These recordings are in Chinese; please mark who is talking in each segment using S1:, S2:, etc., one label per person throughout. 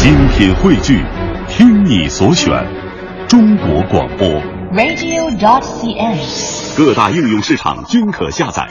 S1: 精品汇聚，听你所选，中国广播
S2: radio.cn，
S1: 各大应用市场均可下载。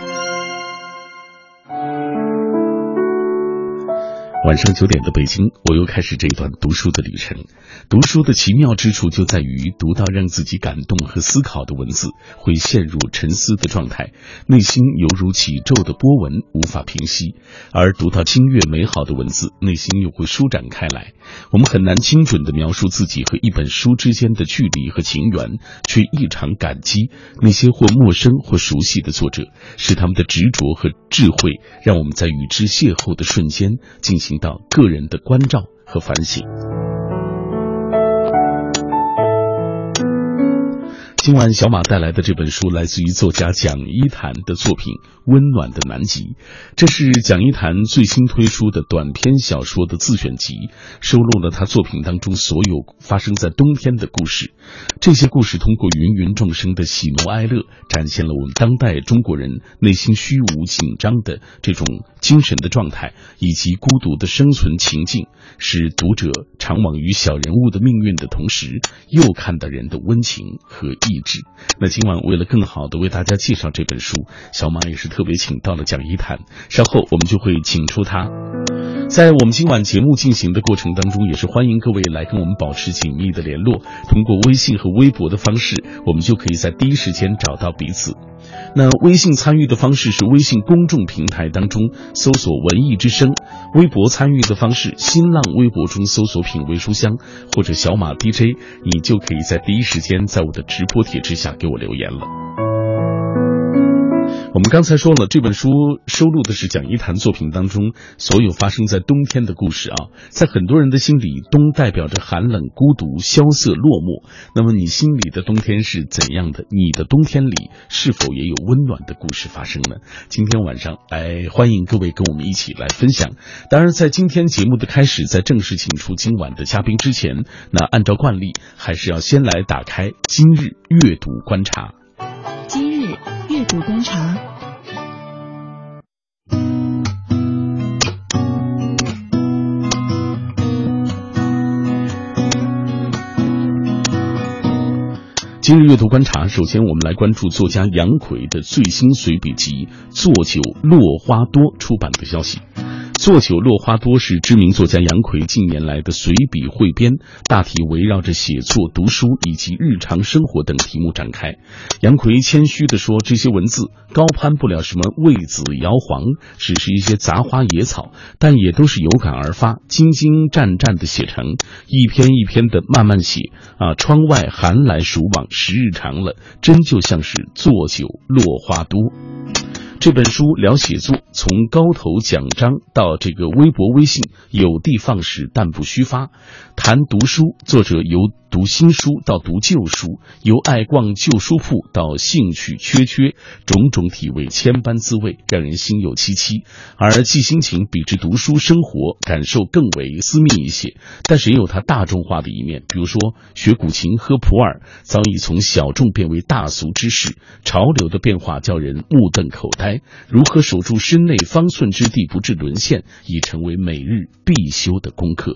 S1: 晚上9点的北京，我又开始这段读书的旅程。读书的奇妙之处就在于，读到让自己感动和思考的文字，会陷入沉思的状态，内心犹如起皱的波纹，无法平息；而读到清越美好的文字，内心又会舒展开来。我们很难精准地描述自己和一本书之间的距离和情缘，却异常感激那些或陌生或熟悉的作者，是他们的执着和智慧，让我们在与之邂逅的瞬间进行到个人的关照和反省。今晚小马带来的这本书来自于作家蒋一谈的作品《温暖的南极》，这是蒋一谈最新推出的短篇小说的自选集，收录了他作品当中所有发生在冬天的故事。这些故事通过芸芸众生的喜怒哀乐，展现了我们当代中国人内心虚无紧张的这种精神的状态，以及孤独的生存情境，使读者常往于小人物的命运的同时，又看到人的温情和意志。那今晚为了更好的为大家介绍这本书，小马也是特别请到了蒋一谈，稍后我们就会请出他。在我们今晚节目进行的过程当中，也是欢迎各位来跟我们保持紧密的联络，通过微信和微博的方式，我们就可以在第一时间找到彼此。那微信参与的方式是微信公众平台当中搜索文艺之声，微博参与的方式新浪微博中搜索品味书香或者小马 DJ， 你就可以在第一时间在我的直播帖之下给我留言了。我们刚才说了，这本书收录的是蒋一谈作品当中所有发生在冬天的故事啊。在很多人的心里，冬代表着寒冷、孤独、萧瑟、落寞。那么你心里的冬天是怎样的？你的冬天里是否也有温暖的故事发生呢？今天晚上来欢迎各位跟我们一起来分享。当然在今天节目的开始，在正式请出今晚的嘉宾之前，那按照惯例还是要先来打开今日阅读观察。
S2: 今日阅读观察。
S1: 今日阅读观察，首先我们来关注作家杨奎的最新随笔集《做酒落花多》出版的消息。做酒落花多是知名作家杨奎近年来的随笔汇编，大体围绕着写作、读书以及日常生活等题目展开。杨奎谦虚地说，这些文字高攀不了什么魏子尧黄，只是一些杂花野草，但也都是有感而发，精精湛湛地写成，一篇一篇的慢慢写窗外寒来暑往，时日长了，真就像是做酒落花多。这本书聊写作，从高头奖章到这个微博微信有的放矢但不虚发，谈读书，作者由读新书到读旧书，由爱逛旧书铺到兴趣缺缺，种种体味，千般滋味，让人心有戚戚。而季新情比之读书生活感受更为私密一些，但是也有它大众化的一面，比如说学古琴喝普洱早已从小众变为大俗之事，潮流的变化叫人目瞪口呆，如何守住身内方寸之地不致沦陷，已成为每日必修的功课。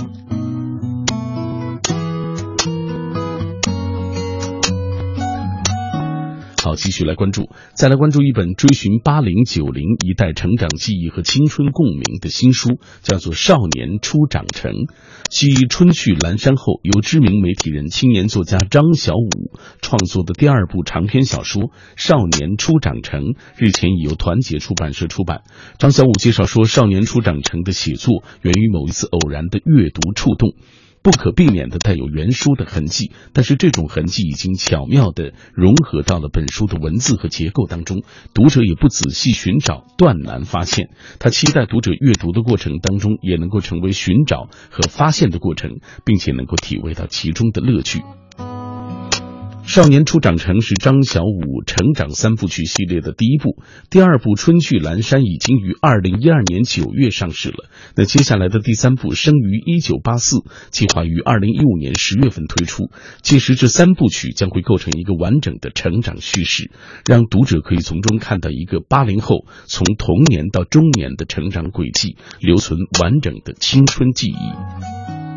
S1: 好，继续来关注，再来关注一本追寻80、90一代成长记忆和青春共鸣的新书，叫做《少年初长成》。继春去蓝山后，由知名媒体人、青年作家张小武创作的第二部长篇小说《少年初长成》，日前已由团结出版社出版。张小武介绍说，《少年初长成》的写作源于某一次偶然的阅读触动，不可避免地带有原书的痕迹，但是这种痕迹已经巧妙地融合到了本书的文字和结构当中，读者也不仔细寻找，断难发现。他期待读者阅读的过程当中也能够成为寻找和发现的过程，并且能够体会到其中的乐趣。少年初长成是张小武成长3部曲系列的第一部，第二部春去蓝山已经于2012年9月上市了。那接下来的第3部生于1984，计划于2015年10月份推出。届时这3部曲将会构成一个完整的成长叙事，让读者可以从中看到一个80后从童年到中年的成长轨迹，留存完整的青春记忆。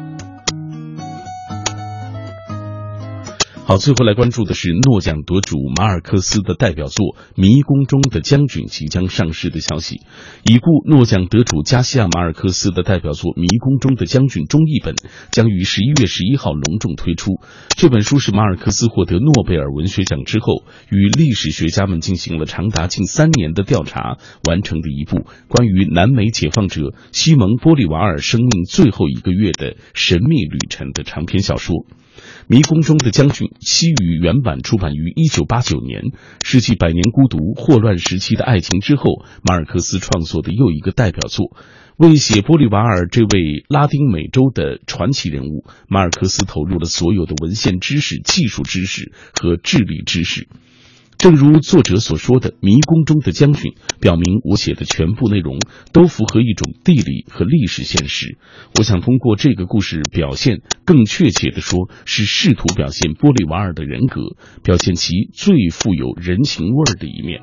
S1: 好，最后来关注的是诺奖得主马尔克斯的代表作《迷宫中的将军》即将上市的消息。已故诺奖得主加西亚马尔克斯的代表作《迷宫中的将军》中译本将于11月11号隆重推出。这本书是马尔克斯获得诺贝尔文学奖之后，与历史学家们进行了长达近3年的调查完成的一部关于南美解放者西蒙·玻利瓦尔生命最后1个月的神秘旅程的长篇小说。迷宫中的将军西语原版出版于1989年，是继百年孤独、霍乱时期的爱情之后，马尔克斯创作的又一个代表作。为写玻利瓦尔这位拉丁美洲的传奇人物，马尔克斯投入了所有的文献知识、技术知识和智力知识。正如作者所说的，迷宫中的将军表明我写的全部内容都符合一种地理和历史现实。我想通过这个故事表现，更确切地说是试图表现玻利瓦尔的人格，表现其最富有人情味的一面。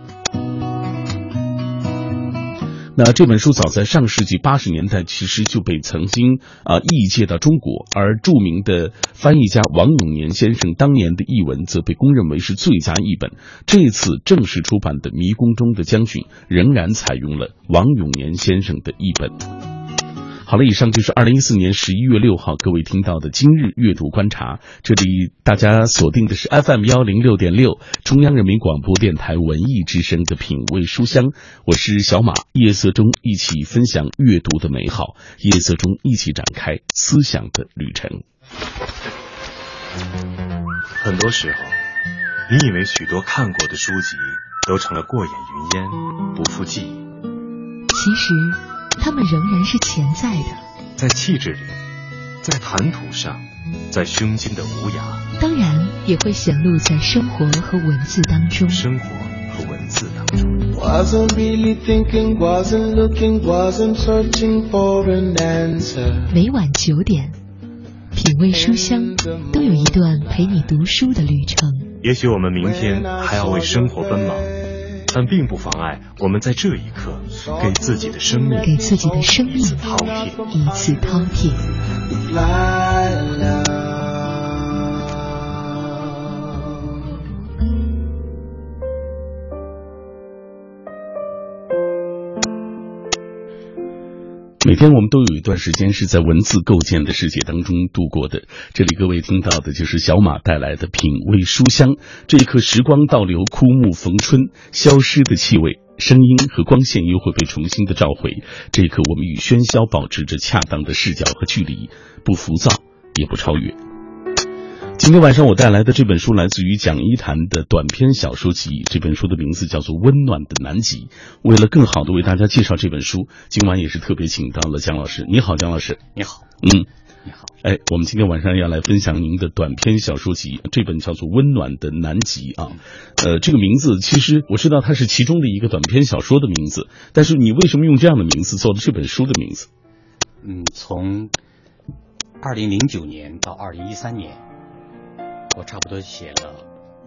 S1: 那这本书早在上世纪80年代其实就被曾经译介到中国，而著名的翻译家王永年先生当年的译文则被公认为是最佳译本。这次正式出版的《迷宫中的将军》仍然采用了王永年先生的译本。好了，以上就是2014年11月6号各位听到的今日阅读观察。这里大家锁定的是 FM106.6 中央人民广播电台文艺之声的品味书香，我是小马，夜色中一起分享阅读的美好，夜色中一起展开思想的旅程。
S3: 很多时候，你以为许多看过的书籍都成了过眼云烟，不复记忆，
S2: 其实它们仍然是潜在的，
S3: 在气质里，在谈吐上，在胸襟的无涯，
S2: 当然也会显露在生活和文字当中。
S4: Wasn't really thinking, wasn't looking, wasn't searching for an answer.
S2: 每晚9点，品味书香，都有一段陪你读书的旅程。
S3: 也许我们明天还要为生活奔忙，但并不妨碍我们在这一刻给自己的生命
S2: 一次
S3: 饕餮。
S1: 每天我们都有一段时间是在文字构建的世界当中度过的。这里各位听到的就是小马带来的品味书香。这一刻时光倒流，枯木逢春，消失的气味，声音和光线又会被重新的召回。这一刻我们与喧嚣保持着恰当的视角和距离，不浮躁也不超越。今天晚上我带来的这本书来自于蒋一谈的短篇小说集，这本书的名字叫做《温暖的南极》。为了更好的为大家介绍这本书，今晚也是特别请到了蒋老师。你好，蒋老师。
S5: 你好。你好。
S1: 我们今天晚上要来分享您的短篇小说集，这本叫做《温暖的南极》啊。这个名字其实我知道它是其中的一个短篇小说的名字，但是你为什么用这样的名字做了这本书的名字？
S5: 从2009年到2013年。我差不多写了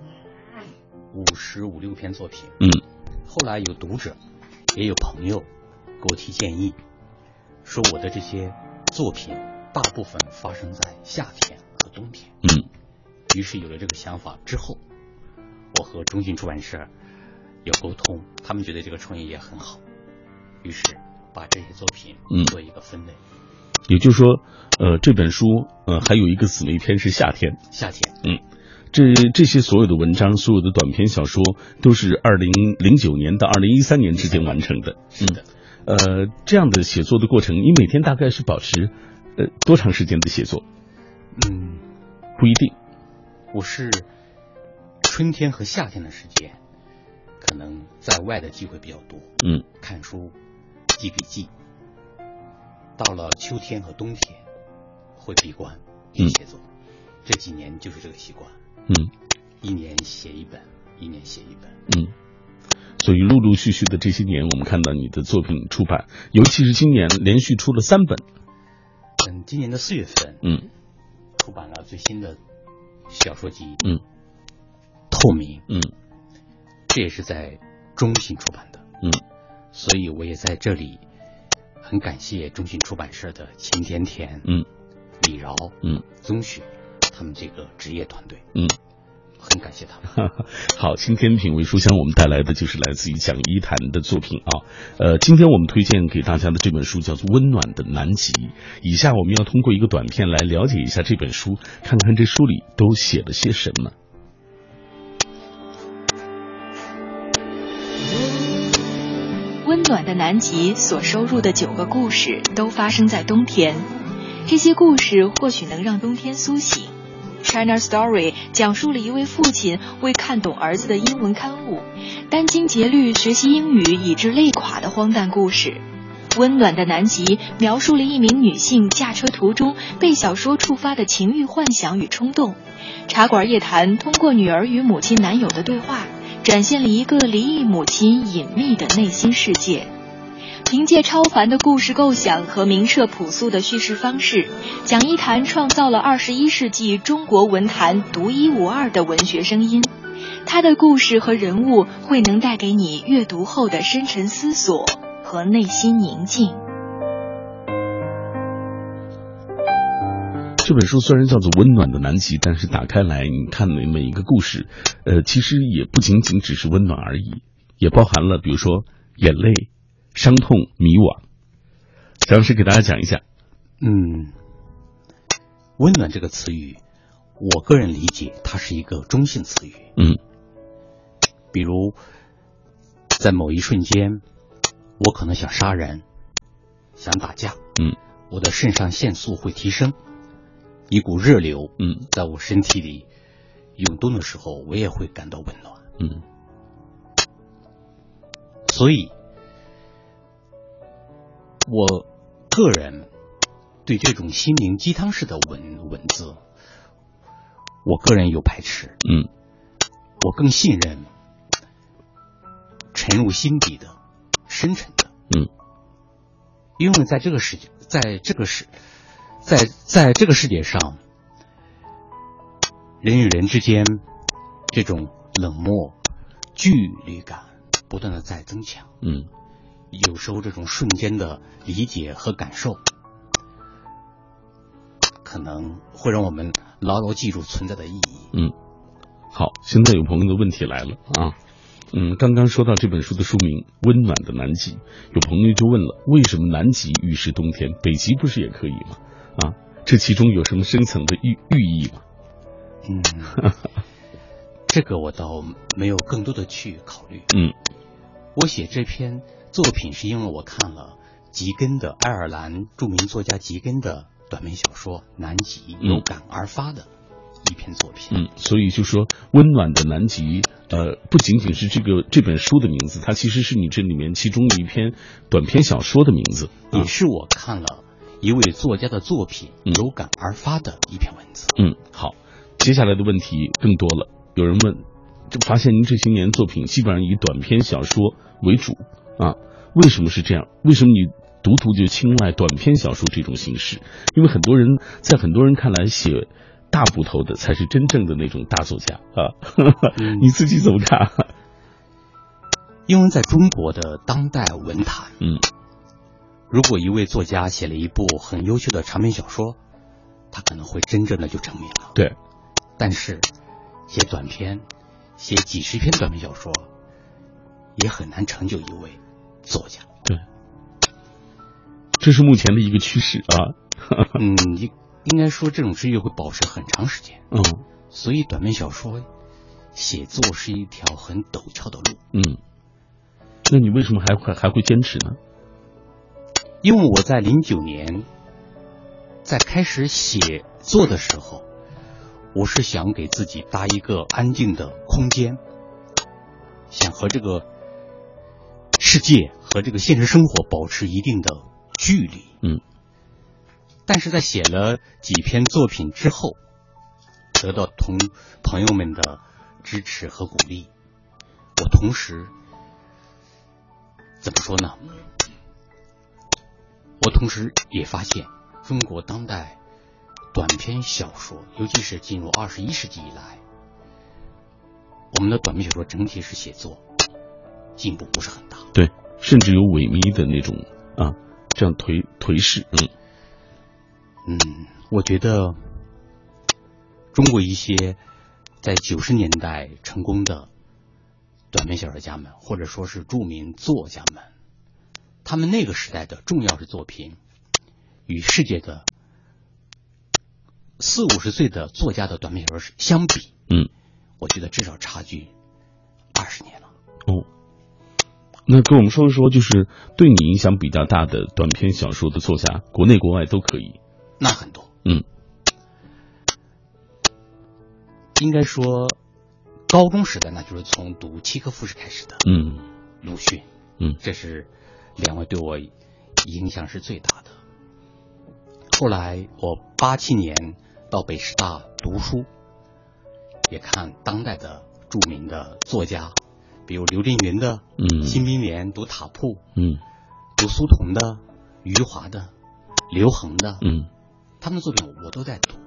S5: 55、56篇作品。后来有读者也有朋友给我提建议，说我的这些作品大部分发生在夏天和冬天。于是有了这个想法之后，我和中信出版社有沟通，他们觉得这个创意也很好，于是把这些作品做一个分类。
S1: 也就是说这本书还有一个姊妹篇是夏天。这些所有的文章，所有的短篇小说都是2009年到2013年之间完成的。
S5: 是的。
S1: 这样的写作的过程，你每天大概是保持多长时间的写作？不一定。
S5: 我是春天和夏天的时间可能在外的机会比较多，看书记笔记。到了秋天和冬天会闭关去写作，这几年就是这个习惯。一年写一本，一年写一本。
S1: 所以陆陆续续的这些年，我们看到你的作品出版，尤其是今年连续出了3本。
S5: 今年的4月份，出版了最新的小说集，透明，这也是在中信出版的，所以我也在这里很感谢中信出版社的秦甜甜，李饶，宗雪，他们这个职业团队。 很感谢他们。
S1: 好，今天品味书香我们带来的就是来自于蒋一谈的作品啊。今天我们推荐给大家的这本书叫做《温暖的南极》。以下我们要通过一个短片来了解一下这本书，看看这书里都写了些什么。
S2: 温暖的南极所收录的9个故事都发生在冬天，这些故事或许能让冬天苏醒。China Story 讲述了一位父亲为看懂儿子的英文刊物，殚精竭虑学习英语以致累垮的荒诞故事。温暖的南极描述了一名女性驾车途中被小说触发的情欲幻想与冲动。茶馆夜谈通过女儿与母亲男友的对话，展现了一个离异母亲隐秘的内心世界。凭借超凡的故事构想和明澈朴素的叙事方式，蒋一谈创造了21世纪中国文坛独一无二的文学声音。他的故事和人物会能带给你阅读后的深沉思索和内心宁静。
S1: 这本书虽然叫做《温暖的南极》，但是打开来你看的每一个故事，其实也不仅仅只是温暖而已，也包含了比如说眼泪、伤痛、迷惘。蒋老师给大家讲一下。
S5: 温暖这个词语，我个人理解它是一个中性词语。比如在某一瞬间，我可能想杀人，想打架，我的肾上腺素会提升，一股热流，在我身体里涌动的时候，我也会感到温暖。所以我个人对这种心灵鸡汤式的文字，我个人有排斥。我更信任沉入心底的深沉的。因为在这个世界上，人与人之间这种冷漠、距离感不断的在增强。有时候这种瞬间的理解和感受，可能会让我们牢牢记住存在的意义。
S1: 好，现在有朋友的问题来了啊。刚刚说到这本书的书名《温暖的南极》，有朋友就问了，为什么南极预示冬天，北极不是也可以吗？这其中有什么深层的寓意吗？
S5: 这个我倒没有更多的去考虑。我写这篇作品是因为我看了吉根的爱尔兰著名作家吉根的短篇小说《南极》，有感而发的一篇作品。
S1: 所以就说温暖的南极，不仅仅是这本书的名字，它其实是你这里面其中的一篇短篇小说的名字，
S5: 也是我看了一位作家的作品，有感而发的一篇文字。
S1: 好，接下来的问题更多了。有人问，就发现您这些年作品基本上以短篇小说为主为什么是这样？为什么你读就青睐短篇小说这种形式？因为很多人看来写大部头的才是真正的那种大作家你自己怎么看？
S5: 因为在中国的当代文坛，如果一位作家写了一部很优秀的长篇小说，他可能会真正的就成名了。
S1: 对，
S5: 但是写短篇，写几十篇短篇小说，也很难成就一位作家。
S1: 对，这是目前的一个趋势
S5: 应该说这种职业会保持很长时间。所以短篇小说写作是一条很陡峭的路。
S1: 那你为什么还会坚持呢？
S5: 因为我在09年在开始写作的时候，我是想给自己搭一个安静的空间，想和这个世界和这个现实生活保持一定的距离。但是在写了几篇作品之后，得到朋友们的支持和鼓励，我同时怎么说呢？我同时也发现，中国当代短篇小说，尤其是进入21世纪以来，我们的短篇小说整体是写作进步不是很大。
S1: 对，甚至有萎靡的那种这样颓势。
S5: 我觉得中国一些在90年代成功的短篇小说家们，或者说是著名作家们，他们那个时代的重要的作品与世界的40-50岁的作家的短篇小说相比，我觉得至少差距20年了。
S1: 哦，那跟我们说一说，就是对你影响比较大的短篇小说的作家，国内国外都可以。
S5: 那很多。应该说高中时代那就是从读契诃夫式开始的。鲁迅。这是2位对我影响是最大的。后来我87年到北师大读书，也看当代的著名的作家，比如刘震云的新民联，读塔铺，读苏童的、余华的、刘恒的，他们的作品我都在读。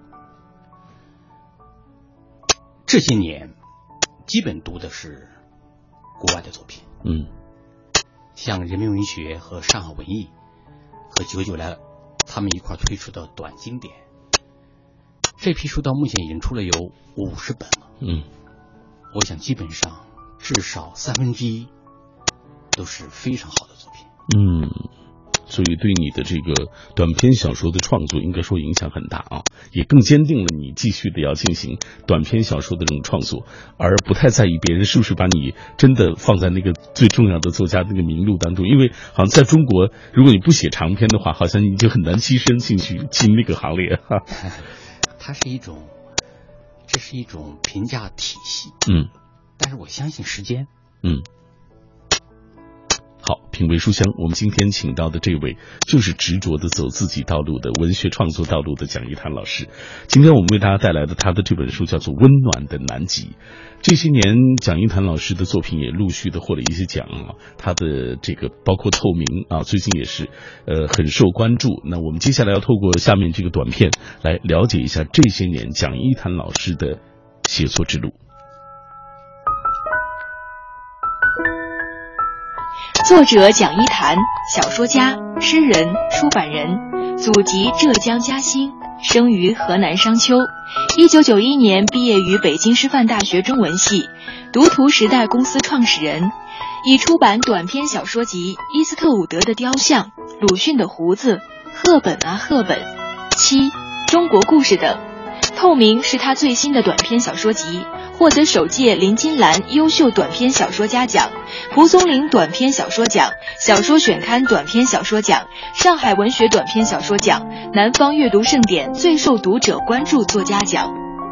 S5: 这些年基本读的是国外的作品，像人民文学和上海文艺和99来他们一块推出的短经典，这批书到目前已经出了有50本了。我想基本上至少1/3都是非常好的作品。
S1: 所以对你的这个短篇小说的创作应该说影响很大啊，也更坚定了你继续的要进行短篇小说的这种创作，而不太在意别人是不是把你真的放在那个最重要的作家那个名录当中。因为好像在中国，如果你不写长篇的话，好像你就很难跻身进去进那个行列哈。
S5: 这是一种评价体系。但是我相信时间。
S1: 好，品味书香，我们今天请到的这位就是执着的走自己道路的文学创作道路的蒋一谈老师。今天我们为大家带来的他的这本书叫做《温暖的南极》。这些年蒋一谈老师的作品也陆续的获了一些奖啊，他的这个包括透明啊，最近也是很受关注。那我们接下来要透过下面这个短片来了解一下这些年蒋一谈老师的写作之路。
S2: 作者蒋一谈，小说家、诗人、出版人，祖籍浙江嘉兴，生于河南商丘。1991年毕业于北京师范大学中文系，读图时代公司创始人，已出版短篇小说集《伊斯特伍德的雕像》、鲁迅的胡子、赫本啊赫本、七、中国故事等。透明是他最新的短篇小说集，获得首届林金兰优秀短篇小说家奖、蒲松龄短篇小说奖、小说选刊短篇小说奖、上海文学短篇小说奖、南方阅读盛典最受读者关注作家奖。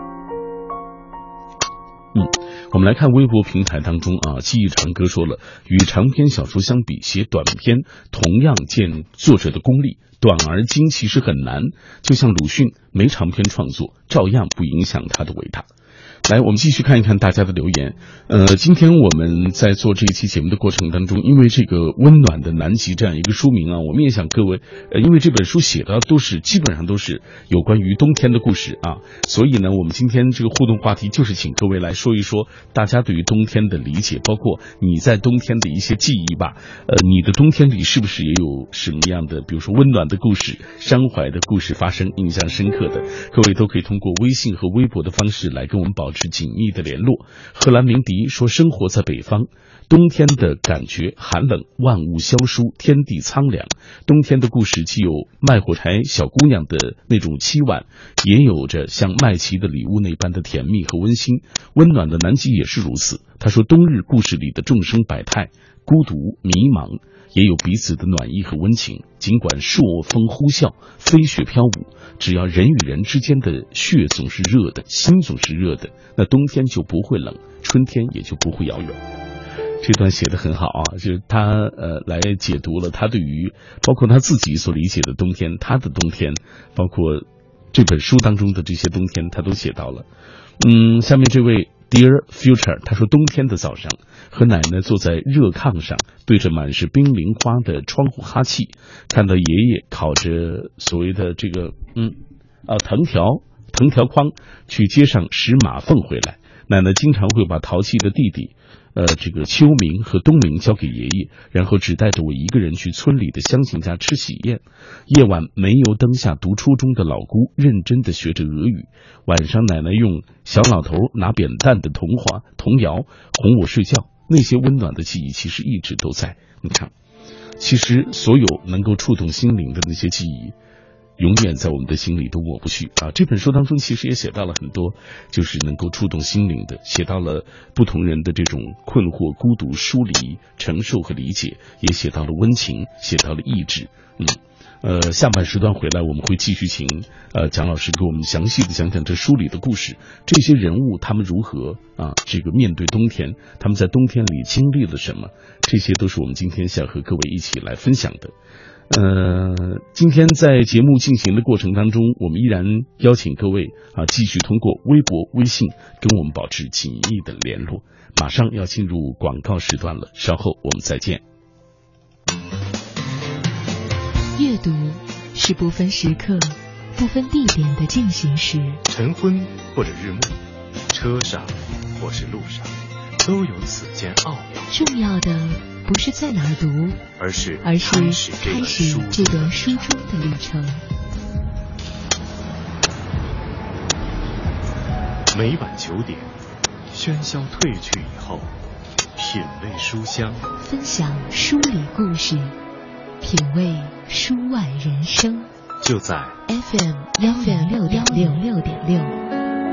S1: 我们来看微博平台当中啊，记忆长歌说了，与长篇小说相比，写短篇同样见作者的功力，短而精其实很难，就像鲁迅没长篇创作，照样不影响他的伟大。来，我们继续看一看大家的留言。今天我们在做这一期节目的过程当中，因为这个温暖的南极这样一个书名啊，我们也想各位，因为这本书写的基本上都是有关于冬天的故事啊，所以呢，我们今天这个互动话题就是请各位来说一说大家对于冬天的理解，包括你在冬天的一些记忆吧。你的冬天里是不是也有什么样的，比如说温暖的故事、伤怀的故事发生，印象深刻的？各位都可以通过微信和微博的方式来跟我们保持紧密的联络。荷兰鸣笛说，生活在北方，冬天的感觉寒冷，万物消疏，天地苍凉。冬天的故事既有卖火柴小姑娘的那种凄婉，也有着像麦琪的礼物那般的甜蜜和温馨。温暖的南极也是如此。他说，冬日故事里的众生百态，孤独迷茫，也有彼此的暖意和温情。尽管朔风呼啸，飞雪飘舞，只要人与人之间的血总是热的，心总是热的，那冬天就不会冷，春天也就不会遥远。这段写得很好啊，就是他来解读了他对于包括他自己所理解的冬天，他的冬天，包括这本书当中的这些冬天，他都写到了。下面这位 Dear Future 他说，冬天的早上，和奶奶坐在热炕上，对着满是冰凌花的窗户哈气，看到爷爷烤着所谓的这个藤条筐去街上拾马粪回来。奶奶经常会把淘气的弟弟这个秋明和冬明交给爷爷，然后只带着我一个人去村里的乡亲家吃喜宴。夜晚煤油灯下，读初中的老姑认真地学着俄语，晚上奶奶用小老头拿扁担的童谣哄我睡觉。那些温暖的记忆其实一直都在。你看，其实所有能够触动心灵的那些记忆，永远在我们的心里都抹不去啊！这本书当中其实也写到了很多，就是能够触动心灵的，写到了不同人的这种困惑、孤独、疏离、承受和理解，也写到了温情，写到了意志。下半时段回来，我们会继续请蒋老师给我们详细的讲讲这书里的故事，这些人物他们如何这个面对冬天，他们在冬天里经历了什么，这些都是我们今天想和各位一起来分享的。今天在节目进行的过程当中，我们依然邀请各位继续通过微博、微信跟我们保持紧密的联络。马上要进入广告时段了，稍后我们再见。
S2: 阅读是不分时刻、不分地点的进行时，
S3: 晨昏或者日暮，车上或是路上，都有此间奥妙。
S2: 重要的不是在哪儿读，而是开始这段书中的旅程。
S3: 每晚9点，喧嚣退去以后，品味书香，
S2: 分享书里故事，品味书外人生，
S3: 就在
S2: FM 6.6。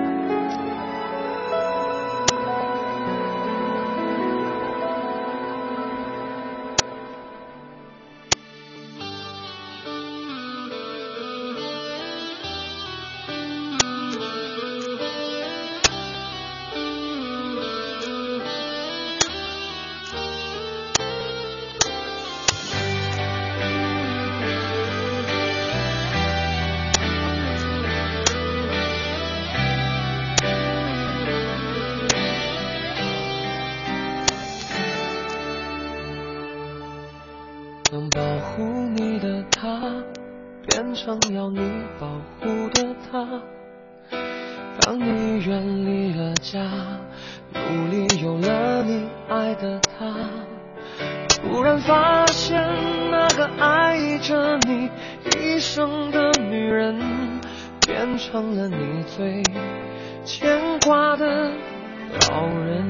S6: 能保护你的他，变成要你保护的他。当你远离了家，努力有了你爱的他，突然发现那个爱着你一生的女人，变成了你最牵挂的老人。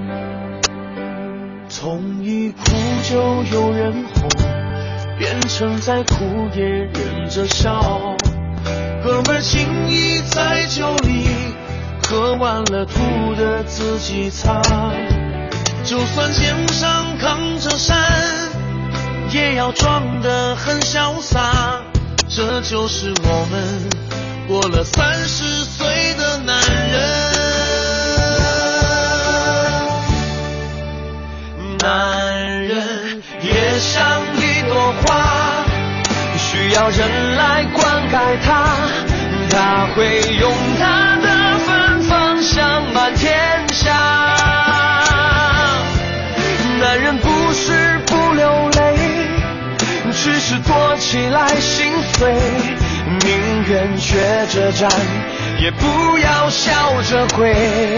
S6: 从一哭就有人哄，变成在哭也忍着笑，哥们情谊在酒里，喝完了吐的自己擦。就算肩上扛着山，也要装得很潇洒。这就是我们过了30岁的男人。男人也像一朵花，需要人来灌溉它，它会用它的芬芳香满天下。男人不是不流泪，只是躲起来心碎，宁愿学着站，也不要笑着跪。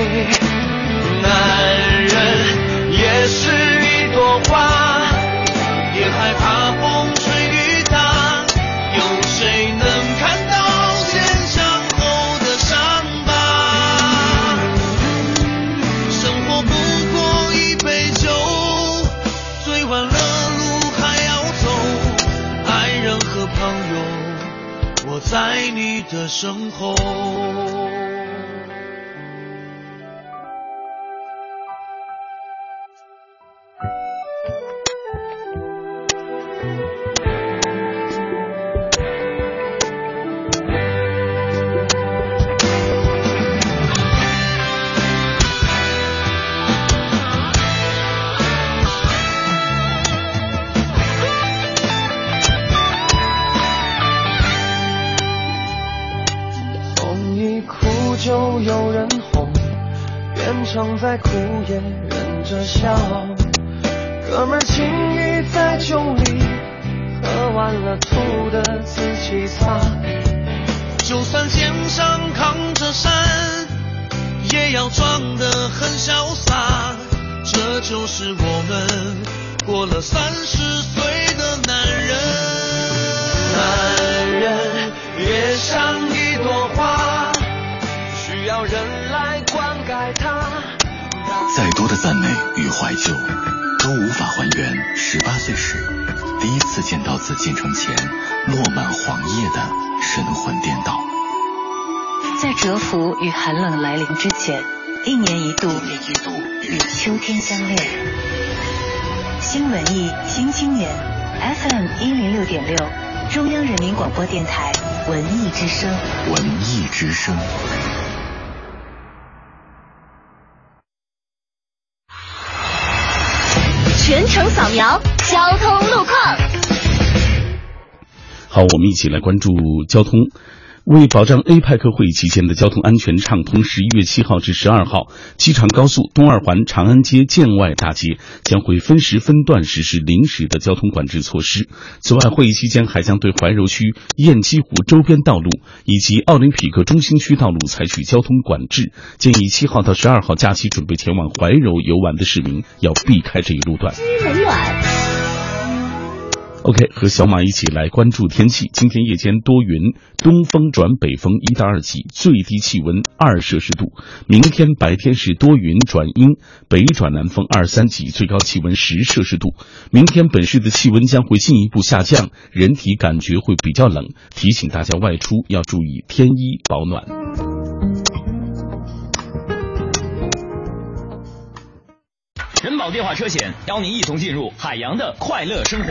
S6: 男人也是一朵花，也害怕风吹雨打，有谁能看到肩上后的伤疤？生活不过一杯酒，醉完了路还要走，爱人和朋友，我在你的身后。就有人哄，变成在哭也忍着笑。哥们情谊在酒里，喝完了吐的自己擦。就算肩上扛着山，也要装得很潇洒。这就就是我们过了30岁的男人。男人也像一朵花，需要人来灌溉它。
S7: 再多的赞美与怀旧都无法还原18岁时第一次见到紫禁城前落满黄叶的神魂颠倒。
S8: 在蛰伏与寒冷来临之前，1年1度与秋天相恋。新文艺新青年 FM 106.6，中央人民广播电台文艺之声。
S7: 文艺之声。
S9: 全程扫描交通路况。
S1: 好，我们一起来关注交通。为保障 APEC 会议期间的交通安全畅通，11月7号至12号，机场高速东2环长安街建外大街将会分时分段实施临时的交通管制措施。此外，会议期间还将对怀柔区雁栖湖周边道路以及奥林匹克中心区道路采取交通管制。建议7号到12号假期准备前往怀柔游玩的市民要避开这一路段。OK， 和小马一起来关注天气。今天夜间多云，东风转北风1到2级，最低气温2摄氏度。明天白天是多云转阴，北转南风2、3级，最高气温10摄氏度。明天本市的气温将会进一步下降，人体感觉会比较冷，提醒大家外出要注意添衣保暖。
S10: 人保电话车险邀您一同进入海洋的快乐生活。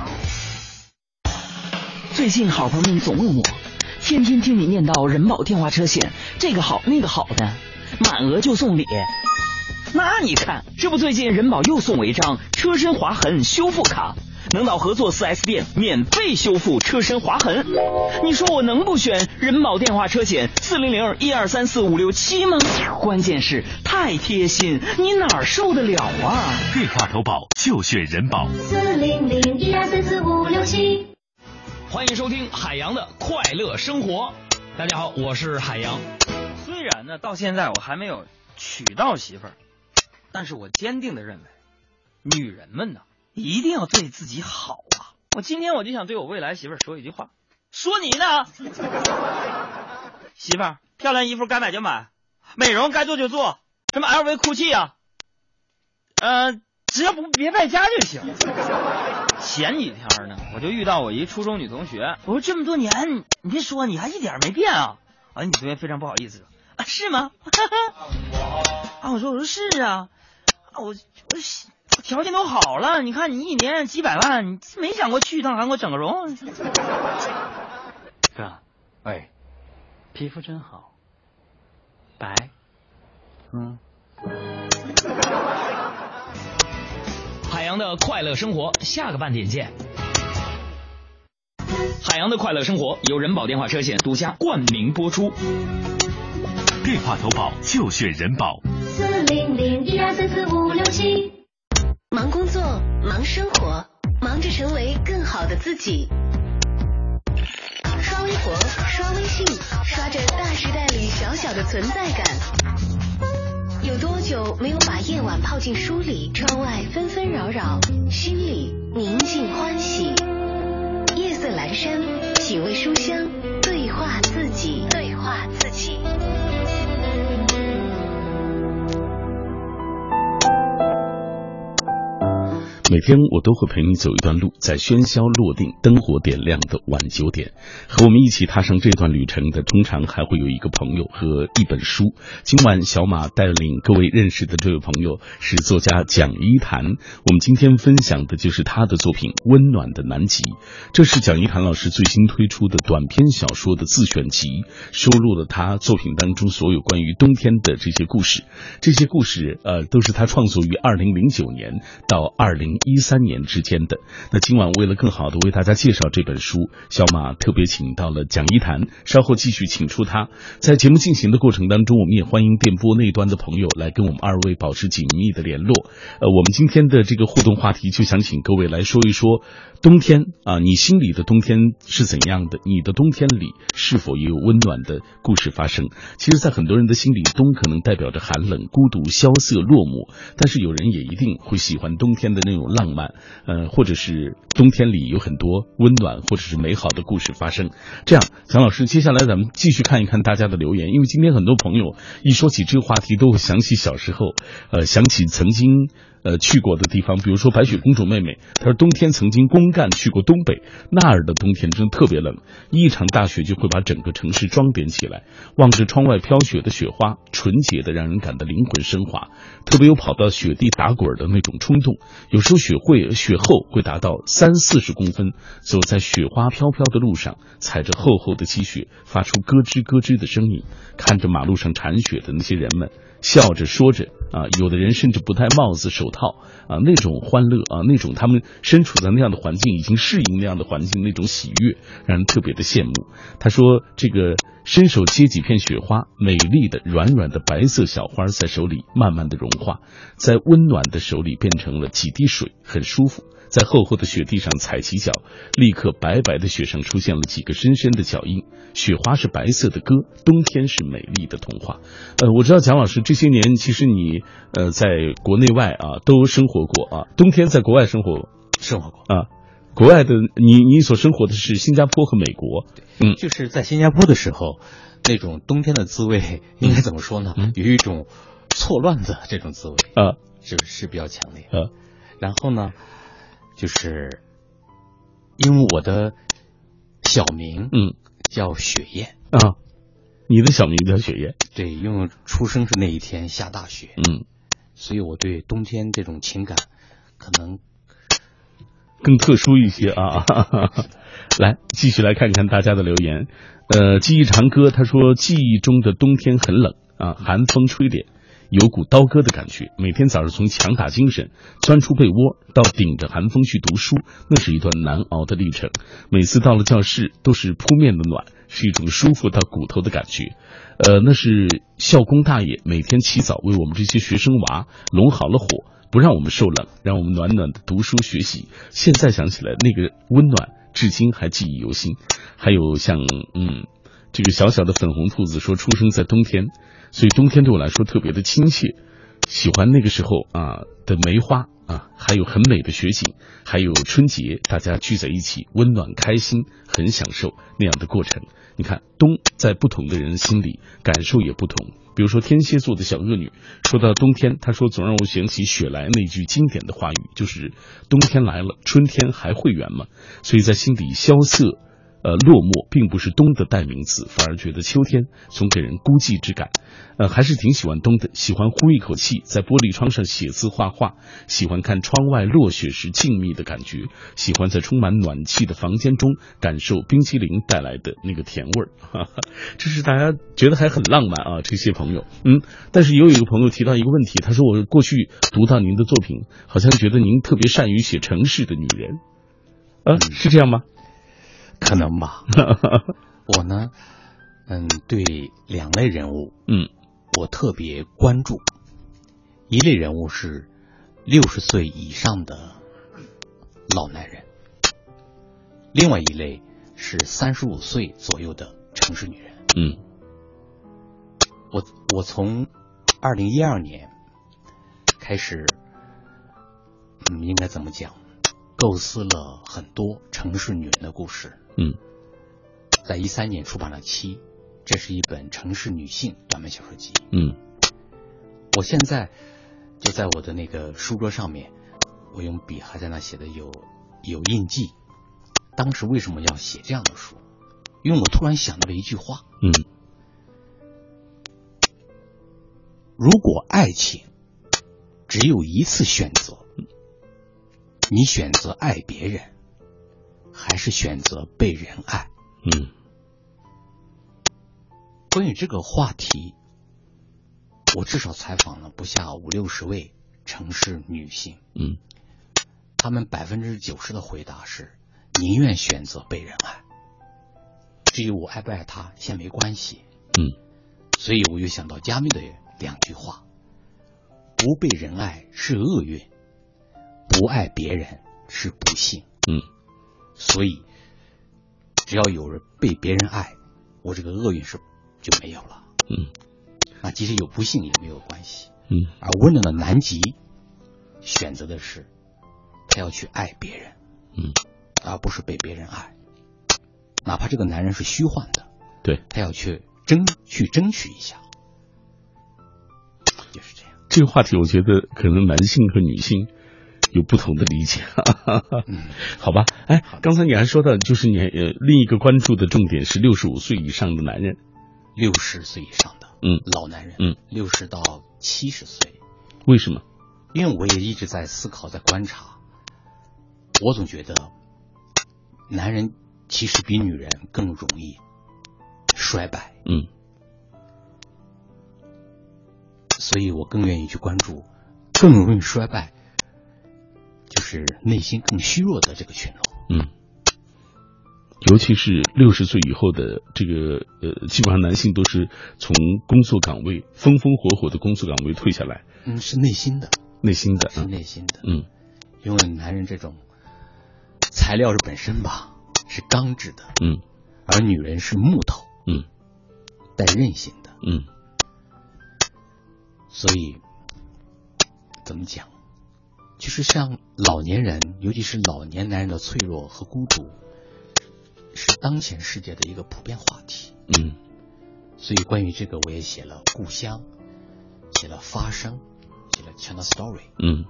S11: 最近好朋友们总问我，天天听你念叨人保电话车险这个好那个好的，满额就送礼。那你看，这不最近人保又送我一张车身划痕修复卡，能到合作 4S 店免费修复车身划痕。你说我能不选人保电话车险400-1234-567吗？关键是太贴心，你哪受得了啊？
S12: 电话投保就选人保
S9: 400-1234-567。
S10: 欢迎收听海洋的快乐生活。大家好，我是海洋。
S11: 虽然呢，到现在我还没有娶到媳妇儿，但是我坚定的认为，女人们呢一定要对自己好啊！今天我就想对我未来媳妇儿说一句话，说你呢，媳妇儿，漂亮衣服该买就买，美容该做就做，什么 LV、GUCCI 啊，只要别败家就行。前几天呢，我就遇到我一初中女同学，我说这么多年，你别说，你还一点没变啊！啊，女同学非常不好意思说，啊，是吗？啊，我说是啊，我条件都好了，你看你一年几百万，你没想过去一趟韩国整个容？哥，喂，皮肤真好，白，
S10: 海洋的快乐生活，下个半点见。海洋的快乐生活由人保电话车险独家冠名播出。
S12: 电话投保就选人保
S9: 400-1234-567。忙工作，忙生活，忙着成为更好的自己。刷微博，刷微信，刷着大时代里小小的存在感。有多久没有把夜晚泡进书里，窗外纷纷扰扰，心里宁静欢喜。夜色阑珊，品味书香，对话自己，对话自己。
S1: 每天我都会陪你走一段路，在喧嚣落定、灯火点亮的晚9点，和我们一起踏上这段旅程的，通常还会有一个朋友和一本书。今晚小马带领各位认识的这位朋友是作家蒋一谈，我们今天分享的就是他的作品《温暖的南极》。这是蒋一谈老师最新推出的短篇小说的自选集，收录了他作品当中所有关于冬天的这些故事。这些故事都是他创作于2009年到2019 2013年之间的。那今晚为了更好的为大家介绍这本书，小马特别请到了蒋一谈，稍后继续请出他。在节目进行的过程当中，我们也欢迎电波那端的朋友来跟我们二位保持紧密的联络。我们今天的这个互动话题就想请各位来说一说冬天啊，你心里的冬天是怎样的？你的冬天里是否也有温暖的故事发生？其实在很多人的心里，冬可能代表着寒冷、孤独、萧瑟、落寞，但是有人也一定会喜欢冬天的那种浪漫，或者是冬天里有很多温暖或者是美好的故事发生。这样，蒋老师，接下来咱们继续看一看大家的留言，因为今天很多朋友一说起这个话题，都会想起小时候，想起曾经去过的地方，比如说白雪公主妹妹，她说冬天曾经公干去过东北，那儿的冬天真的特别冷，一场大雪就会把整个城市装点起来，望着窗外飘雪的雪花，纯洁的让人感到灵魂升华，特别有跑到雪地打滚的那种冲动。有时候雪厚会达到30-40公分，走在雪花飘飘的路上，踩着厚厚的积雪，发出咯吱咯吱的声音，看着马路上铲雪的那些人们，笑着说着啊，有的人甚至不戴帽子手套啊，那种欢乐啊，那种他们身处在那样的环境，已经适应那样的环境，那种喜悦让人特别的羡慕。他说这个伸手接几片雪花，美丽的软软的白色小花在手里慢慢的融化，在温暖的手里变成了几滴水，很舒服。在厚厚的雪地上踩起脚，立刻白白的雪上出现了几个深深的脚印。雪花是白色的歌，冬天是美丽的童话。我知道蒋老师这些年其实你在国内外啊都生活过啊，冬天在国外生活过啊。国外的你所生活的是新加坡和美国，
S5: 就是在新加坡的时候，那种冬天的滋味应该怎么说呢？有一种错乱的这种滋味啊，是比较强烈啊。然后呢，就是因为我的小名叫雪雁
S1: 啊，你的小名叫雪雁，
S5: 对，因为出生是那一天下大雪，所以我对冬天这种情感可能
S1: 更特殊一些啊。来，继续来看看大家的留言。记忆长歌他说，记忆中的冬天很冷啊，寒风吹脸，有股刀割的感觉，每天早上从强打精神钻出被窝到顶着寒风去读书，那是一段难熬的历程。每次到了教室都是扑面的暖，是一种舒服到骨头的感觉。那是校工大爷每天起早为我们这些学生娃拢好了火，不让我们受冷，让我们暖暖的读书学习。现在想起来那个温暖至今还记忆犹新。还有像这个小小的粉红兔子说，出生在冬天，所以冬天对我来说特别的亲切，喜欢那个时候啊的梅花啊，还有很美的雪景，还有春节大家聚在一起温暖开心，很享受那样的过程。你看冬在不同的人心里感受也不同，比如说天蝎座的小恶女说到冬天，她说总让我想起雪莱那句经典的话语，就是冬天来了春天还会圆吗？所以在心里萧瑟落寞并不是冬的代名词，反而觉得秋天总给人孤寂之感。还是挺喜欢冬的，喜欢呼一口气在玻璃窗上写字画画，喜欢看窗外落雪时静谧的感觉，喜欢在充满暖气的房间中感受冰淇淋带来的那个甜味儿。这是大家觉得还很浪漫啊，这些朋友。但是也有一个朋友提到一个问题，他说我过去读到您的作品，好像觉得您特别善于写城市的女人，是这样吗？
S5: 可能吧。我呢对两类人物我特别关注。一类人物是60岁以上的老男人，另外一类是35岁左右的城市女人。我从2012年开始应该怎么讲，构思了很多城市女人的故事。在13年出版了7，这是一本城市女性短篇小说集。我现在就在我的那个书桌上面，我用笔还在那写的有印记。当时为什么要写这样的书？因为我突然想到了一句话。如果爱情只有一次选择，你选择爱别人，还是选择被人爱？关于这个话题，我至少采访了不下50-60位城市女性。 他们90%的回答是宁愿选择被人爱，至于我爱不爱他现在没关系。所以我又想到加缪的2句话：不被人爱是厄运，不爱别人是不幸。所以只要有人被别人爱，我这个厄运是就没有了。那即使有不幸也没有关系。而温暖的南极选择的是他要去爱别人，而不是被别人爱，哪怕这个男人是虚幻的，
S1: 对，
S5: 他要去争取一下，就是这样。
S1: 这个话题我觉得可能男性和女性有不同的理解。好吧。哎，刚才你还说到，就是你另一个关注的重点是65岁以上的男人
S5: ，60岁以上的老男人，60到70岁。
S1: 为什么？
S5: 因为我也一直在思考，在观察，我总觉得男人其实比女人更容易衰败。所以我更愿意去关注更容易衰败，就是内心更虚弱的这个群众。
S1: 尤其是60岁以后的这个基本上男性都是从工作岗位风风火火的工作岗位退下来。
S5: 是内心的。是内心的。因为男人这种材料是本身吧，是钢制的。而女人是木头。带韧性的。所以怎么讲，就是像老年人，尤其是老年男人的脆弱和孤独，是当前世界的一个普遍话题。所以关于这个我也写了故乡，写了发声，写了 China Story。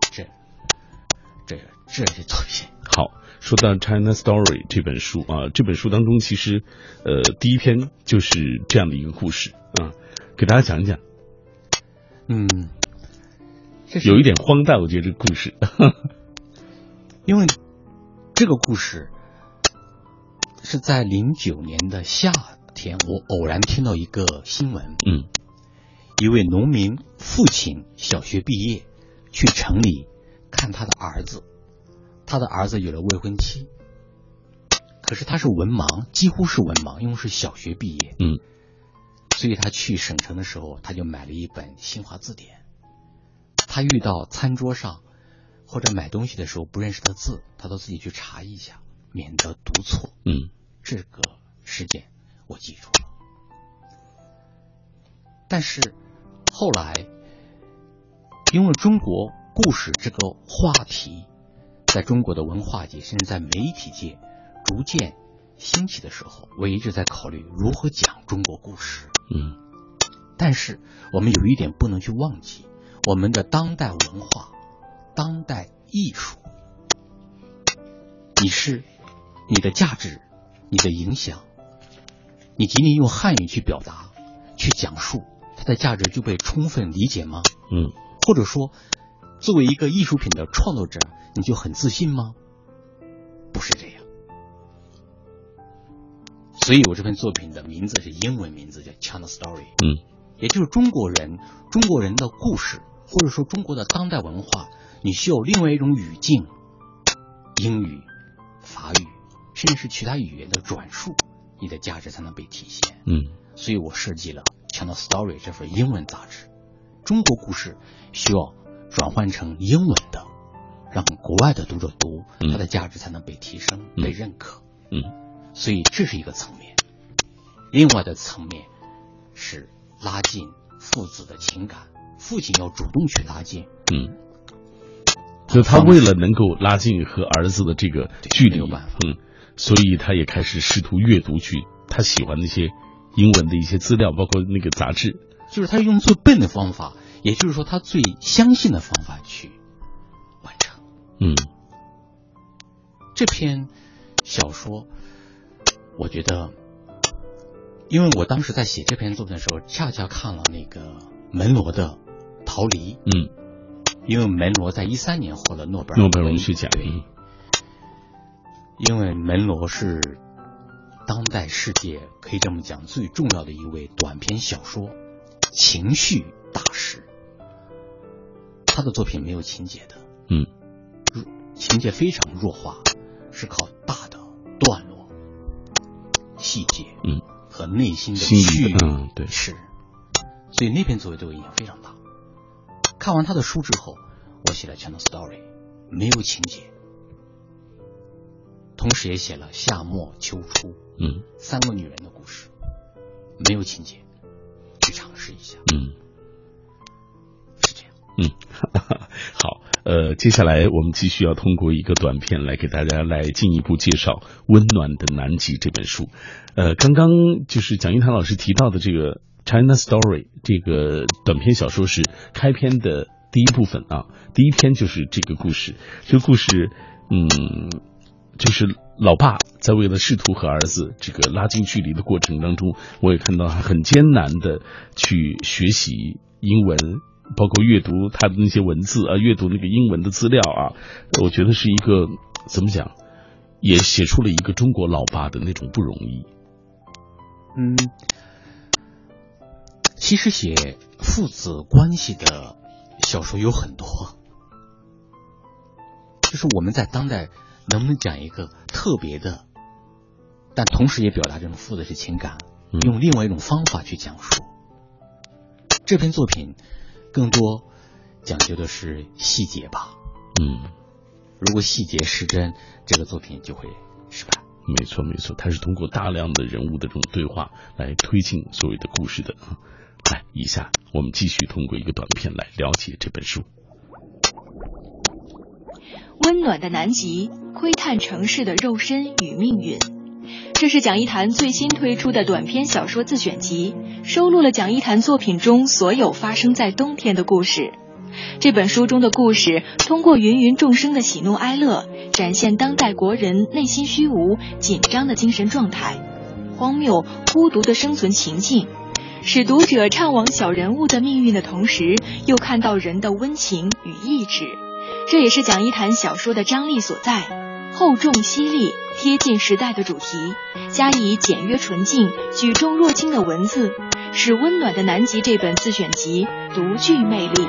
S5: 这些作品。
S1: 好，说到 China Story 这本书啊，这本书当中其实第一篇就是这样的一个故事啊，给大家讲一讲。有一点荒诞，我觉得这个故事。
S5: 因为这个故事是在09年的夏天，我偶然听到一个新闻。一位农民父亲小学毕业，去城里看他的儿子，他的儿子有了未婚妻，可是他是文盲，几乎是文盲，因为是小学毕业。所以他去省城的时候，他就买了一本新华字典。他遇到餐桌上或者买东西的时候不认识的字，他都自己去查一下，免得读错。这个事件我记住了。但是后来，因为中国故事这个话题在中国的文化界甚至在媒体界逐渐兴起的时候，我一直在考虑如何讲中国故事。但是我们有一点不能去忘记，我们的当代文化、当代艺术，你的价值、你的影响，你仅仅用汉语去表达、去讲述，它的价值就被充分理解吗？或者说，作为一个艺术品的创作者，你就很自信吗？不是这样。所以我这篇作品的名字是英文名字，叫 China Story。也就是中国人的故事，或者说中国的当代文化，你需要另外一种语境，英语、法语，甚至是其他语言的转述，你的价值才能被体现。所以我设计了 China Story 这份英文杂志。中国故事需要转换成英文的，让国外的读者读，它的价值才能被提升、被认可。所以这是一个层面。另外的层面是拉近父子的情感，父亲要主动去拉近。
S1: 就他为了能够拉近和儿子的这个距离，
S5: 没有办法。
S1: 所以他也开始试图阅读他喜欢那些英文的一些资料，包括那个杂志。
S5: 就是他用最笨的方法，也就是说他最相信的方法去完成。这篇小说我觉得，因为我当时在写这篇作品的时候，恰恰看了那个门罗的《逃离》。因为门罗在13年获了诺贝尔文学奖。对，因为门罗是当代世界可以这么讲最重要的一位短篇小说情绪大师。他的作品没有情节的。 情节非常弱化，是靠大的段落、细节，和内心的区域，
S1: 对，
S5: 是。所以那篇作业对我影响非常大。看完他的书之后，我写了《China Story》，没有情节，同时也写了夏末秋初，3个女人的故事，没有情节，去尝试一下，是这样。
S1: 好，接下来我们继续要通过一个短片来给大家来进一步介绍《温暖的南极》这本书。刚刚就是蒋一谈老师提到的这个 China Story 这个短篇小说是开篇的第一部分啊，第一篇就是这个故事。这个故事，就是老爸在为了试图和儿子这个拉近距离的过程当中，我也看到他很艰难的去学习英文，包括阅读他的那些文字啊，阅读那个英文的资料啊，我觉得是一个怎么讲，也写出了一个中国老爸的那种不容易。
S5: 其实写父子关系的小说有很多，就是我们在当代能不能讲一个特别的，但同时也表达这种父子的情感，用另外一种方法去讲述。这篇作品更多讲究的是细节吧，如果细节失真，这个作品就会失败。
S1: 没错没错，它是通过大量的人物的这种对话来推进所谓的故事的。来，以下我们继续通过一个短片来了解这本书。
S2: 温暖的南极，窥探城市的肉身与命运。这是蒋一谈最新推出的短篇小说自选集，收录了蒋一谈作品中所有发生在冬天的故事。这本书中的故事通过芸芸众生的喜怒哀乐，展现当代国人内心虚无、紧张的精神状态，荒谬、孤独的生存情境，使读者怅惘小人物的命运的同时，又看到人的温情与意志。这也是蒋一谈小说的张力所在，厚重犀利，贴近时代的主题，加以简约纯净、举重若轻的文字，使《温暖的南极》这本自选集独具魅力。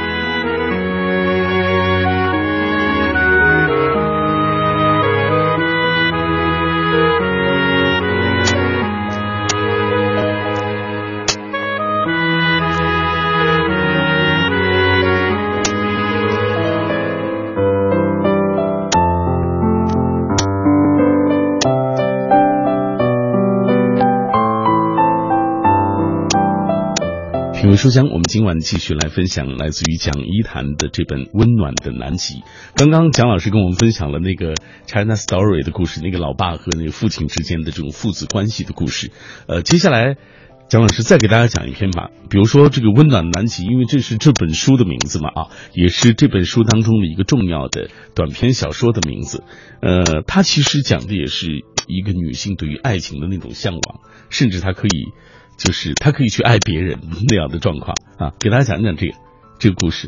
S1: 品味书香，我们今晚继续来分享来自于蒋一谈的这本《温暖的南极》。刚刚蒋老师跟我们分享了那个 China Story 的故事，那个老爸和那个父亲之间的这种父子关系的故事。接下来蒋老师再给大家讲一篇吧，比如说这个《温暖的南极》，因为这是这本书的名字嘛啊，也是这本书当中的一个重要的短篇小说的名字。它其实讲的也是一个女性对于爱情的那种向往，甚至她可以去爱别人那样的状况啊，给大家讲讲这个故事。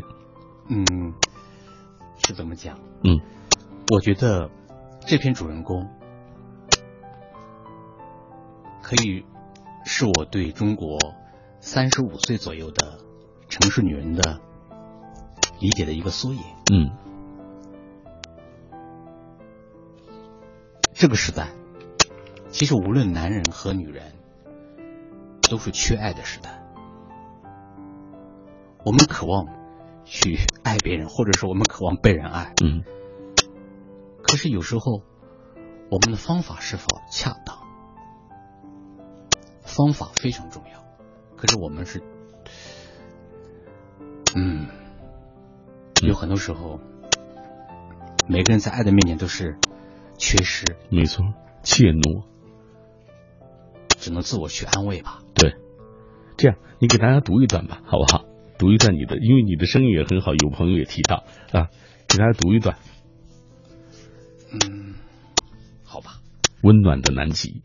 S5: 是怎么讲？我觉得这篇主人公可以是我对中国35岁左右的城市女人的理解的一个缩影。这个时代，其实无论男人和女人，都是缺爱的时代。我们渴望去爱别人，或者说我们渴望被人爱。可是有时候我们的方法是否恰当？方法非常重要。可是我们是有很多时候每个人在爱的面前都是缺失。
S1: 没错，怯懦，
S5: 只能自我去安慰吧。
S1: 对，这样你给大家读一段吧，好不好？读一段因为你的声音也很好，有朋友也提到啊，给大家读一段。
S5: 好吧。
S1: 温暖的南极。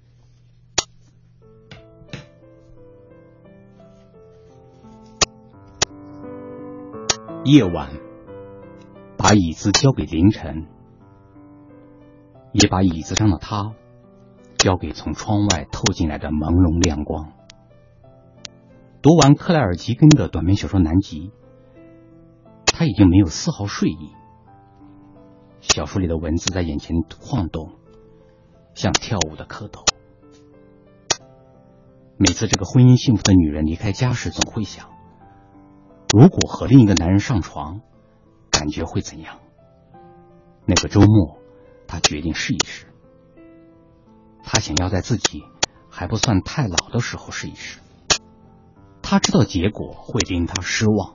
S5: 夜晚，把椅子交给凌晨，也把椅子上的他交给从窗外透进来的朦胧亮光。读完克莱尔·吉根的短篇小说《南极》，他已经没有丝毫睡意， 小说里的文字在眼前晃动，像跳舞的蝌蚪。每次这个婚姻幸福的女人离开家时，总会想，如果和另一个男人上床，感觉会怎样？那个周末，她决定试一试。她想要在自己还不算太老的时候试一试。她知道结果会令她失望。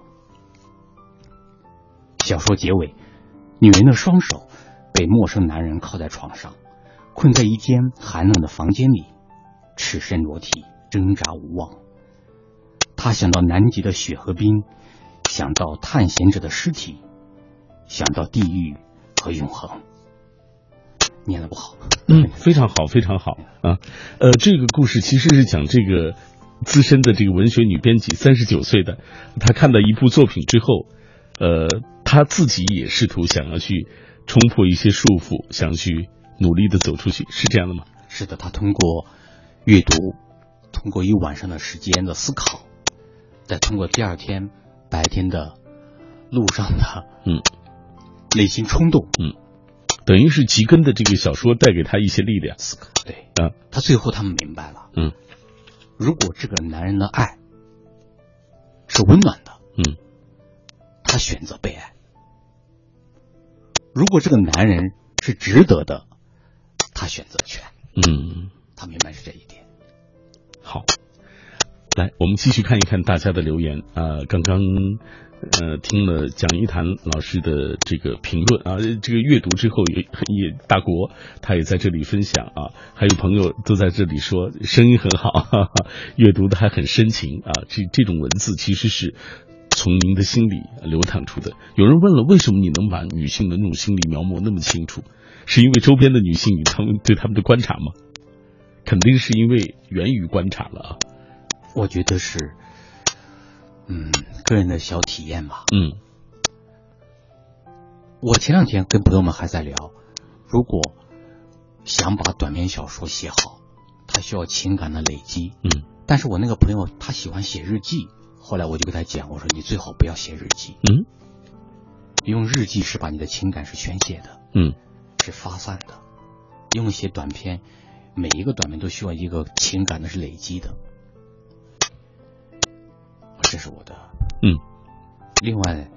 S5: 小说结尾，女人的双手被陌生男人铐在床上，困在一间寒冷的房间里，赤身裸体，挣扎无望。她想到南极的雪和冰，想到探险者的尸体，想到地狱和永恒。念得不好。
S1: 非常好，非常好啊。这个故事其实是讲这个资深的这个文学女编辑，39岁的，她看到一部作品之后，她自己也试图想要去冲破一些束缚，想去努力的走出去，是这样的吗？
S5: 是的，她通过阅读，通过一晚上的时间的思考，再通过第二天白天的路上的内心冲动，
S1: 等于是吉根的这个小说带给他一些力量。
S5: 对，他最后他们明白了，如果这个男人的爱是温暖的，他选择被爱；如果这个男人是值得的，他选择去爱。他明白是这一点。
S1: 好，来，我们继续看一看大家的留言啊。刚刚听了蒋一谈老师的这个评论啊，这个阅读之后也大国他也在这里分享啊，还有朋友都在这里说声音很好，哈哈，阅读的还很深情啊，这种文字其实是从您的心里流淌出的。有人问了，为什么你能把女性的那种心理描摹那么清楚？是因为周边的女性她们对他们的观察吗？肯定是因为源于观察了啊。
S5: 我觉得是个人的小体验吧。我前两天跟朋友们还在聊，如果想把短篇小说写好，它需要情感的累积。但是我那个朋友他喜欢写日记，后来我就跟他讲，我说你最好不要写日记。用日记是把你的情感是宣泄的，是发散的。用写短篇，每一个短篇都需要一个情感的是累积的。这是我的。另外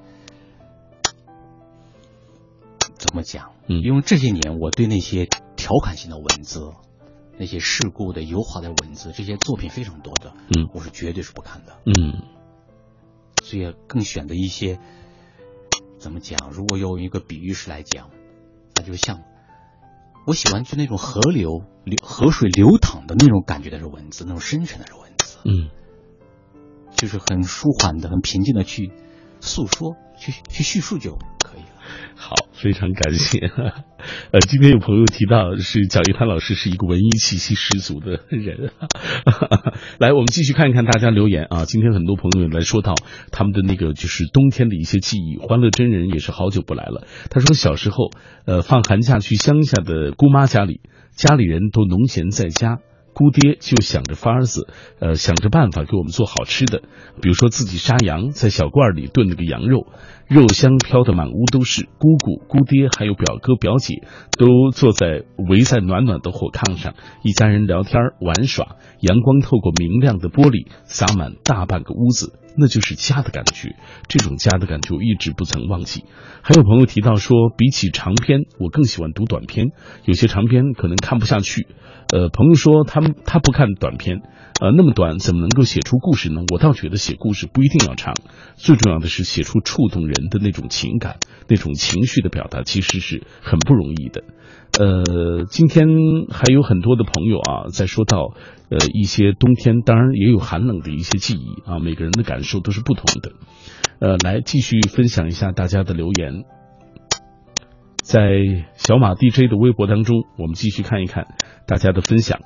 S5: 怎么讲？因为这些年我对那些调侃性的文字，那些世故的油滑的文字，这些作品非常多的，我是绝对是不看的。所以更选择一些怎么讲？如果用一个比喻式来讲，那就像我喜欢就那种河水流淌的那种感觉的文字，那种深沉的文字。就是很舒缓的、很平静的去诉说、去叙述就可以了。
S1: 好，非常感谢。今天有朋友提到是蒋一谈老师是一个文艺气息十足的人。来，我们继续看一看大家留言啊。今天很多朋友来说到他们的那个就是冬天的一些记忆。欢乐真人也是好久不来了。他说小时候放寒假去乡下的姑妈家里，家里人都农闲在家。姑爹就想着法子，想着办法给我们做好吃的，比如说自己杀羊，在小罐里炖那个羊肉，肉香飘得满屋都是。姑姑、姑爹还有表哥、表姐都坐在围在暖暖的火炕上，一家人聊天玩耍，阳光透过明亮的玻璃洒满大半个屋子，那就是家的感觉。这种家的感觉我一直不曾忘记。还有朋友提到说，比起长篇，我更喜欢读短篇，有些长篇可能看不下去。朋友说他不看短篇，那么短怎么能够写出故事呢？我倒觉得写故事不一定要长，最重要的是写出触动人的那种情感，那种情绪的表达，其实是很不容易的。今天还有很多的朋友啊，在说到一些冬天，当然也有寒冷的一些记忆啊，每个人的感受都是不同的。来继续分享一下大家的留言。在小马 DJ 的微博当中，我们继续看一看大家的分享。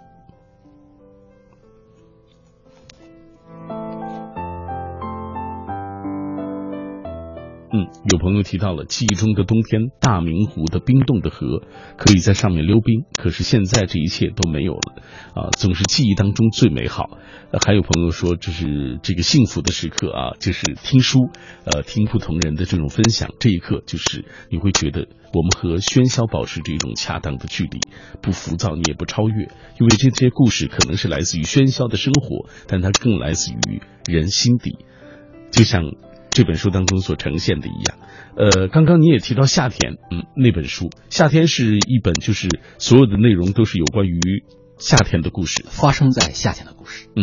S1: 有朋友提到了记忆中的冬天，大明湖的冰冻的河，可以在上面溜冰，可是现在这一切都没有了啊，总是记忆当中最美好。还有朋友说，就是这个幸福的时刻啊，就是听书，听不同人的这种分享，这一刻就是你会觉得我们和喧嚣保持着一种恰当的距离，不浮躁，你也不超越，因为这些故事可能是来自于喧嚣的生活，但它更来自于人心底，就像这本书当中所呈现的一样。刚刚你也提到夏天，那本书夏天是一本就是所有的内容都是有关于夏天的故事，
S5: 发生在夏天的故事。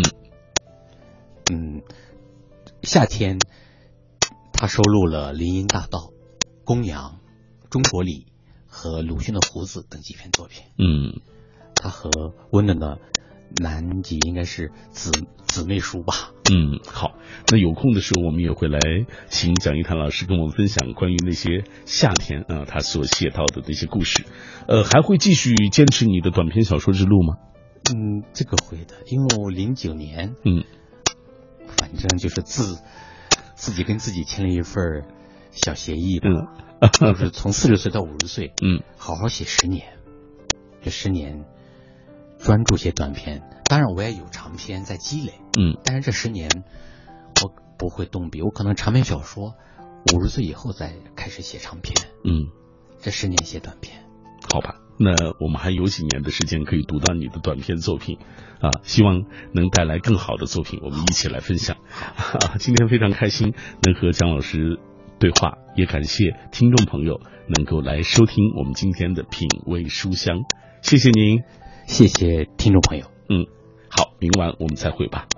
S5: 夏天它收录了《林荫大道》、《公羊》、《中国里》和《鲁迅的胡子》等几篇作品。它和温暖的南极应该是姊妹书吧。
S1: 好，那有空的时候我们也会来请蒋一谈老师跟我们分享关于那些夏天他所写到的那些故事。还会继续坚持你的短篇小说之路吗？
S5: 这个会的，因为我09年反正就是自己跟自己签了一份小协议吧，就是从40岁到50岁，好好写10年，这10年专注写短篇，当然我也有长篇在积累，但是这10年我不会动笔，我可能长篇小说50岁以后再开始写长篇，这10年写短篇。
S1: 好吧，那我们还有几年的时间可以读到你的短篇作品希望能带来更好的作品，我们一起来分享。今天非常开心能和蒋老师对话，也感谢听众朋友能够来收听我们今天的品味书香，谢谢您，
S5: 谢谢听众朋友。
S1: 好，明晚我们再会吧。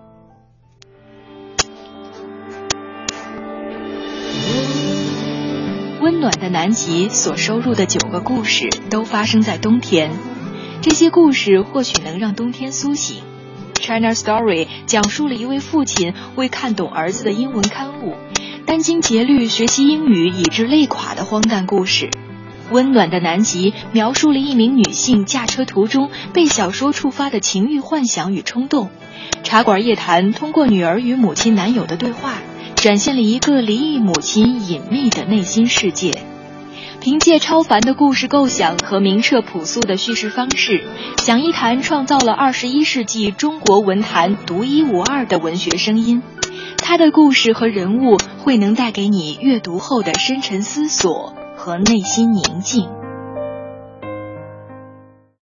S2: 温暖的南极所收录的9个故事都发生在冬天，这些故事或许能让冬天苏醒。China Story 讲述了一位父亲为看懂儿子的英文刊物，殚精竭虑学习英语以致累垮的荒诞故事。温暖的南极描述了一名女性驾车途中被小说触发的情欲幻想与冲动。茶馆夜谈通过女儿与母亲男友的对话，展现了一个离异母亲隐秘的内心世界。凭借超凡的故事构想和明澈朴素的叙事方式，蒋一谈创造了21世纪中国文坛独一无二的文学声音。他的故事和人物会能带给你阅读后的深沉思索和内心宁静。